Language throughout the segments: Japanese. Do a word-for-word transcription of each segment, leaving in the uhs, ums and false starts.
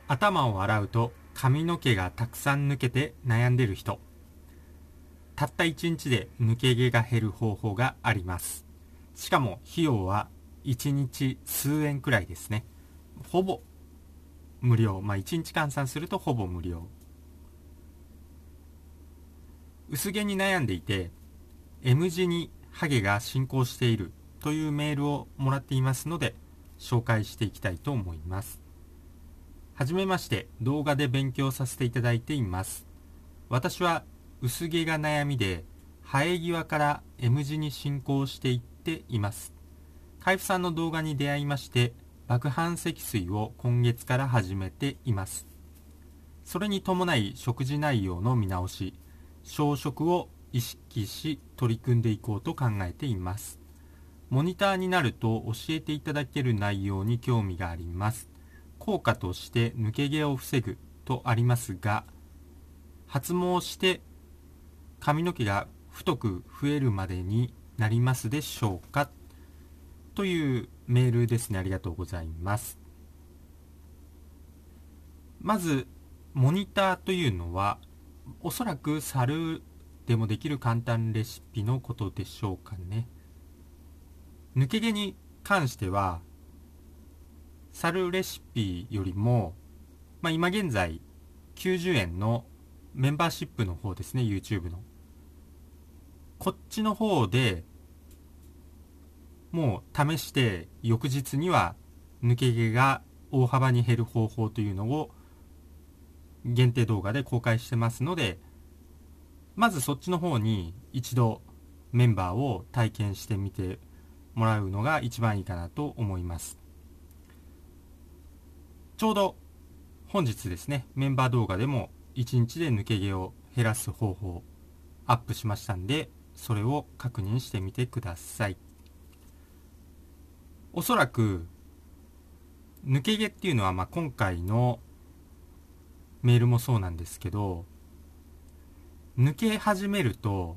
頭を洗うと髪の毛がたくさん抜けて悩んでる人。たったいちにちで抜け毛が減る方法があります。しかも費用はいちにち数円くらいですね。ほぼ無料。まあいちにち換算するとほぼ無料。薄毛に悩んでいて M 字にハゲが進行しているというメールをもらっていますので紹介していきたいと思います。はじめまして、動画で勉強させていただいています。私は薄毛が悩みで生え際から M 字に進行していっています。海部さんの動画に出会いまして爆斑積水を今月から始めています。それに伴い食事内容の見直し、小食を意識し取り組んでいこうと考えています。モニターになると教えていただける内容に興味があります。効果として抜け毛を防ぐとありますが、発毛して髪の毛が太く増えるまでになりますでしょうか、というメールですね。ありがとうございます。まずモニターというのはおそらく猿でもできる簡単レシピのことでしょうかね。抜け毛に関しては猿レシピよりも、まあ、今現在きゅうじゅうえんのメンバーシップの方ですね、 YouTube のこっちの方でもう試して翌日には抜け毛が大幅に減る方法というのを限定動画で公開してますので、まずそっちの方に一度メンバーを体験してみてもらうのが一番いいかなと思います。ちょうど本日ですね、メンバー動画でもいちにちで抜け毛を減らす方法をアップしましたんで、それを確認してみてください。おそらく抜け毛っていうのは、まあ今回のメールもそうなんですけど、抜け始めると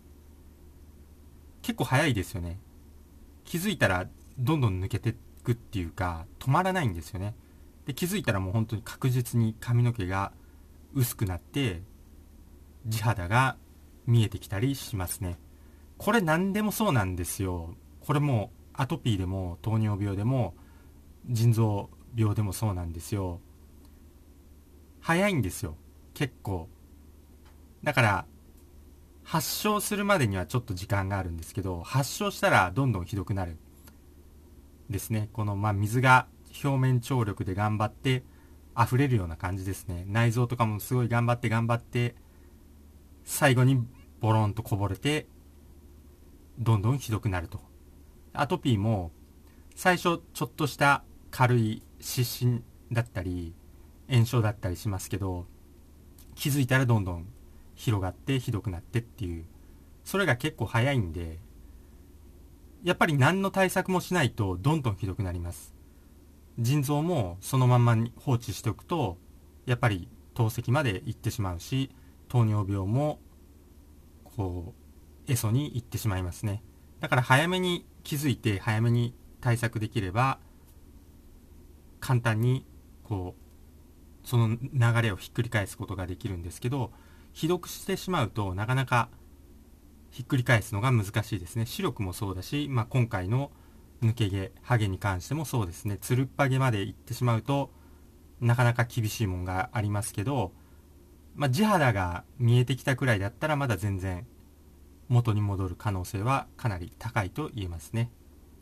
結構早いですよね。気づいたらどんどん抜けていくっていうか、止まらないんですよね。で、気づいたらもう本当に確実に髪の毛が薄くなって地肌が見えてきたりしますね。これ何でもそうなんですよ。これもアトピーでも糖尿病でも腎臓病でもそうなんですよ。早いんですよ、結構。だから発症するまでにはちょっと時間があるんですけど、発症したらどんどんひどくなるですね。このまあ水が表面張力で頑張って溢れるような感じですね。内臓とかもすごい頑張って頑張って最後にボロンとこぼれてどんどんひどくなると。アトピーも最初ちょっとした軽い湿疹だったり炎症だったりしますけど、気づいたらどんどん広がってひどくなってっていう、それが結構早いんで、やっぱり何の対策もしないとどんどんひどくなります。腎臓もそのまんまに放置しておくとやっぱり透析まで行ってしまうし、糖尿病もこうエソに行ってしまいますね。だから早めに気づいて早めに対策できれば簡単にこうその流れをひっくり返すことができるんですけど、ひどくしてしまうとなかなかひっくり返すのが難しいですね。視力もそうだし、まあ、今回の抜け毛、ハゲに関してもそうですね。つるっぱ毛まで行ってしまうとなかなか厳しいもんがありますけど、まあ、地肌が見えてきたくらいだったらまだ全然元に戻る可能性はかなり高いと言えますね。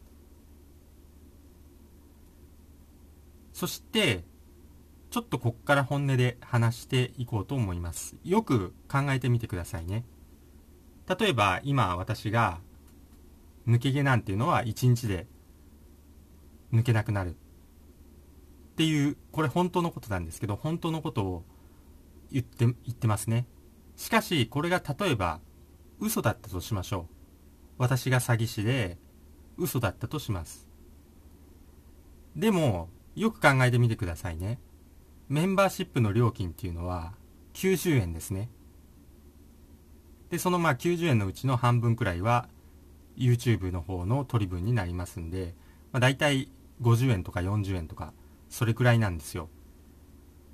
そしてちょっとこっから本音で話していこうと思います。よく考えてみてくださいね。例えば今私が抜け毛なんていうのはいちにちで抜けなくなるっていう、これ本当のことなんですけど、本当のことを言って言ってますね。しかしこれが例えば嘘だったとしましょう。私が詐欺師で嘘だったとします。でもよく考えてみてくださいね。メンバーシップの料金っていうのはきゅうじゅうえんですね。でそのまあきゅうじゅうえんのうちの半分くらいは YouTube の方の取り分になりますんで、まあ、だいたいごじゅうえんとかよんじゅうえんとかそれくらいなんですよ。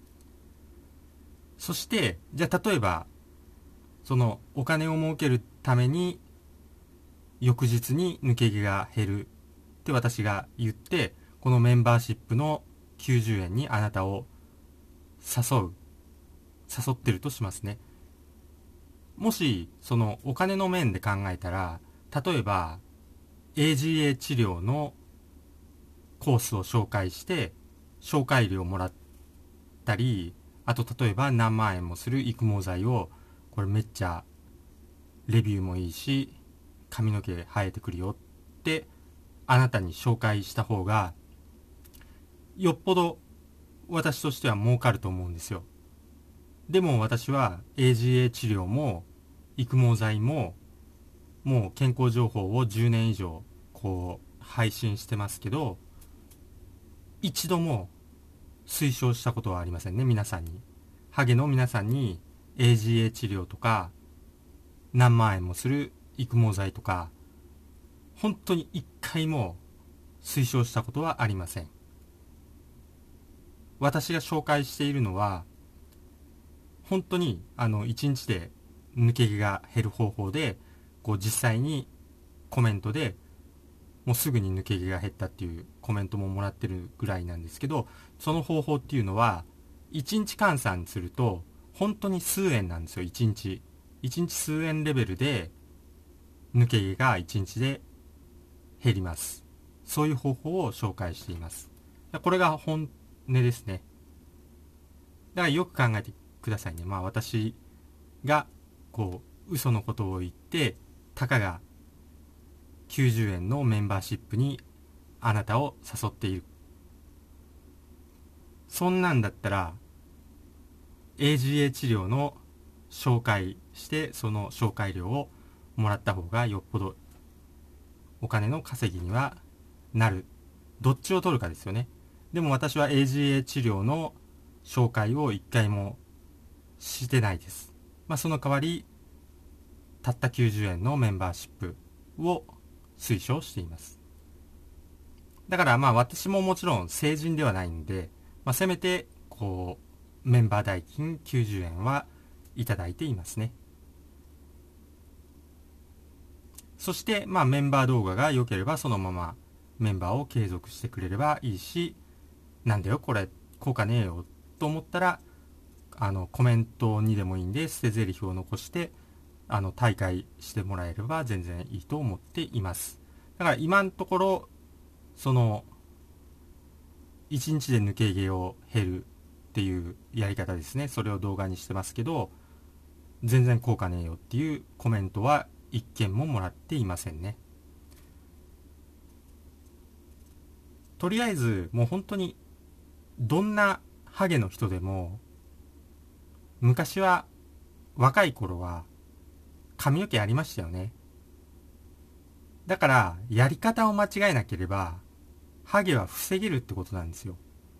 そしてじゃあ例えばそのお金を儲けるために翌日に抜け毛が減るって私が言って、このメンバーシップのきゅうじゅうえんにあなたを誘う誘ってるとしますね。もしそのお金の面で考えたら、例えば エージーエー 治療のコースを紹介して紹介料をもらったり、あと例えば何万円もする育毛剤を、これめっちゃレビューもいいし髪の毛生えてくるよってあなたに紹介した方がよっぽど私としては儲かると思うんですよ。でも私は エージーエー 治療も育毛剤ももう健康情報をじゅうねん以上こう配信してますけど、一度も推奨したことはありませんね。皆さんに、ハゲの皆さんに エージーエー 治療とか何万円もする育毛剤とか本当に一回も推奨したことはありません。私が紹介しているのは本当にあのいちにちで抜け毛が減る方法で、こう実際にコメントでもうすぐに抜け毛が減ったっていうコメントももらってるぐらいなんですけど、その方法っていうのはいちにち換算すると本当に数円なんですよ。いちにちいちにち数円レベルで抜け毛がいちにちで減ります。そういう方法を紹介しています。これが本音ですね。だからよく考えてくださいね。まあ私がこう嘘のことを言ってたかがきゅうじゅうえんのメンバーシップにあなたを誘っている。そんなんだったら エージーエー 治療の紹介してその紹介料をもらった方がよっぽどお金の稼ぎにはなる。どっちを取るかですよね。でも私は エージーエー 治療の紹介を一回もしてないです。まあその代わりたったきゅうじゅうえんのメンバーシップを推奨しています。だからまあ私ももちろん成人ではないんで、まあ、せめてこうメンバー代金きゅうじゅうえんはいただいていますね。そしてまあメンバー動画が良ければそのままメンバーを継続してくれればいいし、なんだよこれ効果ねえよと思ったらあのコメントにでもいいんで捨て台詞を残してあの退会してもらえれば全然いいと思っています。だから今のところそのいちにちで抜け毛を減るっていうやり方ですね、それを動画にしてますけど、全然効果ねえよっていうコメントは一件ももらっていませんね。とりあえずもう本当にどんなハゲの人でも昔は若い頃は髪の毛ありましたよね。だからやり方を間違えなければハゲは防げるってことなんですよ。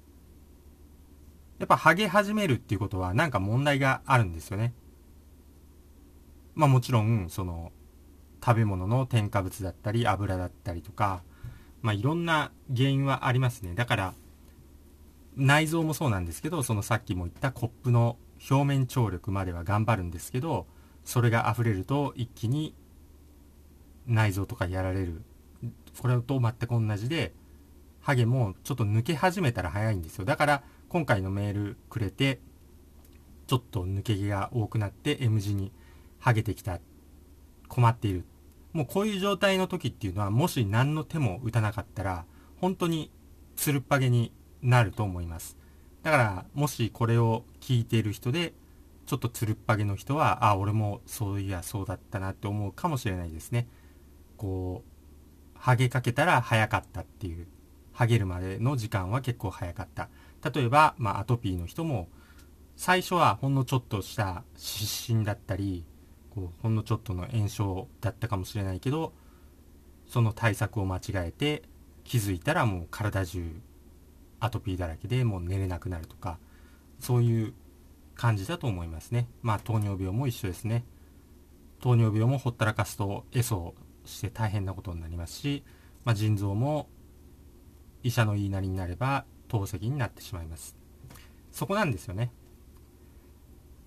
やっぱハゲ始めるっていうことはなんか問題があるんですよね。まあもちろんその食べ物の添加物だったり油だったりとか、まあいろんな原因はありますね。だから内臓もそうなんですけど、そのさっきも言ったコップの表面張力までは頑張るんですけど、それが溢れると一気に内臓とかやられる。これと全く同じで、ハゲもちょっと抜け始めたら早いんですよ。だから今回のメールくれてちょっと抜け毛が多くなって エム 字にハゲてきた、困っている、もうこういう状態の時っていうのはもし何の手も打たなかったら本当につるっぱげになると思います。だからもしこれを聞いている人でちょっとつるっぱげの人は、あ、俺もそういやそうだったなって思うかもしれないですね。こうハゲかけたら早かったっていう、ハゲるまでの時間は結構早かった。例えば、まあ、アトピーの人も最初はほんのちょっとした湿疹だったりこうほんのちょっとの炎症だったかもしれないけど、その対策を間違えて気づいたらもう体中アトピーだらけでもう寝れなくなるとか、そういう感じだと思いますね。まあ糖尿病も一緒ですね。糖尿病もほったらかすとエソをして大変なことになりますし、まあ、腎臓も医者の言いなりになれば透析になってしまいます。そこなんですよね。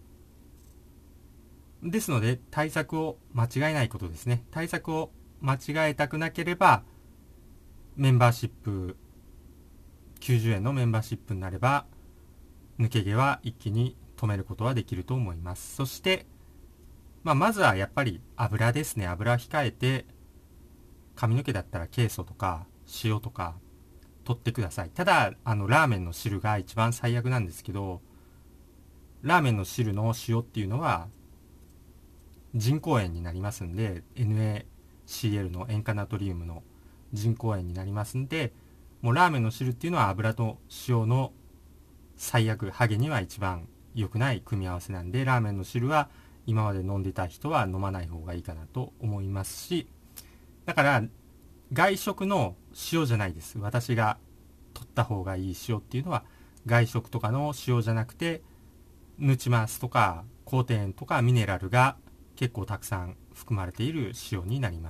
ですので対策を間違えないことですね。対策を間違えたくなければメンバーシップきゅうじゅうえんのメンバーシップになれば抜け毛は一気に止めることはできると思います。そして、まあ、まずはやっぱり油ですね。油を控えて髪の毛だったらケイ素とか塩とか取ってください。ただあのラーメンの汁が一番最悪なんですけど、ラーメンの汁の塩っていうのは人工塩になりますんで エヌエーシーエル の塩化ナトリウムの人工塩になりますんで、もうラーメンの汁っていうのは油と塩の最悪、ハゲには一番良くない組み合わせなんで、ラーメンの汁は今まで飲んでた人は飲まない方がいいかなと思いますし、だから外食の塩じゃないです。私が取った方がいい塩っていうのは外食とかの塩じゃなくて、ヌチマースとかコーテンとかミネラルが結構たくさん含まれている塩になります。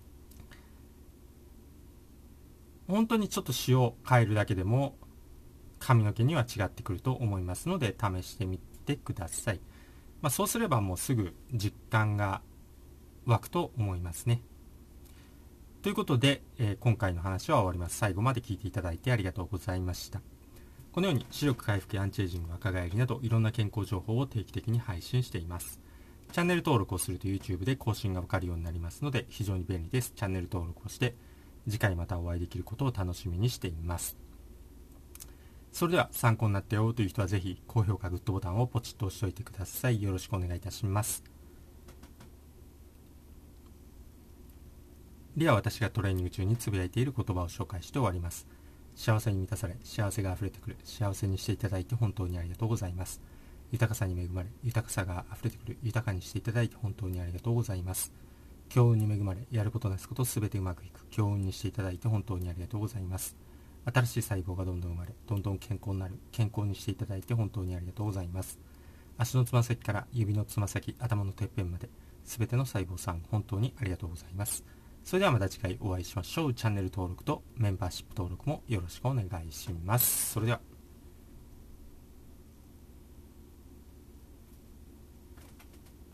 本当にちょっと塩を変えるだけでも髪の毛には違ってくると思いますので試してみてください。まあ、そうすればもうすぐ実感が湧くと思いますね。ということで、えー、今回の話は終わります。最後まで聞いていただいてありがとうございました。このように視力回復やアンチエイジング、若返りなどいろんな健康情報を定期的に配信しています。チャンネル登録をすると YouTube で更新がわかるようになりますので非常に便利です。チャンネル登録をして次回またお会いできることを楽しみにしています。それでは参考になったよという人はぜひ高評価、グッドボタンをポチッと押しておいてください。よろしくお願いいたします。では私がトレーニング中につぶやいている言葉を紹介して終わります。幸せに満たされ、幸せが溢れてくる、幸せにしていただいて本当にありがとうございます。豊かさに恵まれ、豊かさが溢れてくる、豊かにしていただいて本当にありがとうございます。強運に恵まれ、やることなすことすべてうまくいく、強運にしていただいて本当にありがとうございます。新しい細胞がどんどん生まれ、どんどん健康になる、健康にしていただいて本当にありがとうございます。足のつま先から指のつま先、頭のてっぺんまで、すべての細胞さん、本当にありがとうございます。それではまた次回お会いしましょう。チャンネル登録とメンバーシップ登録もよろしくお願いします。それでは。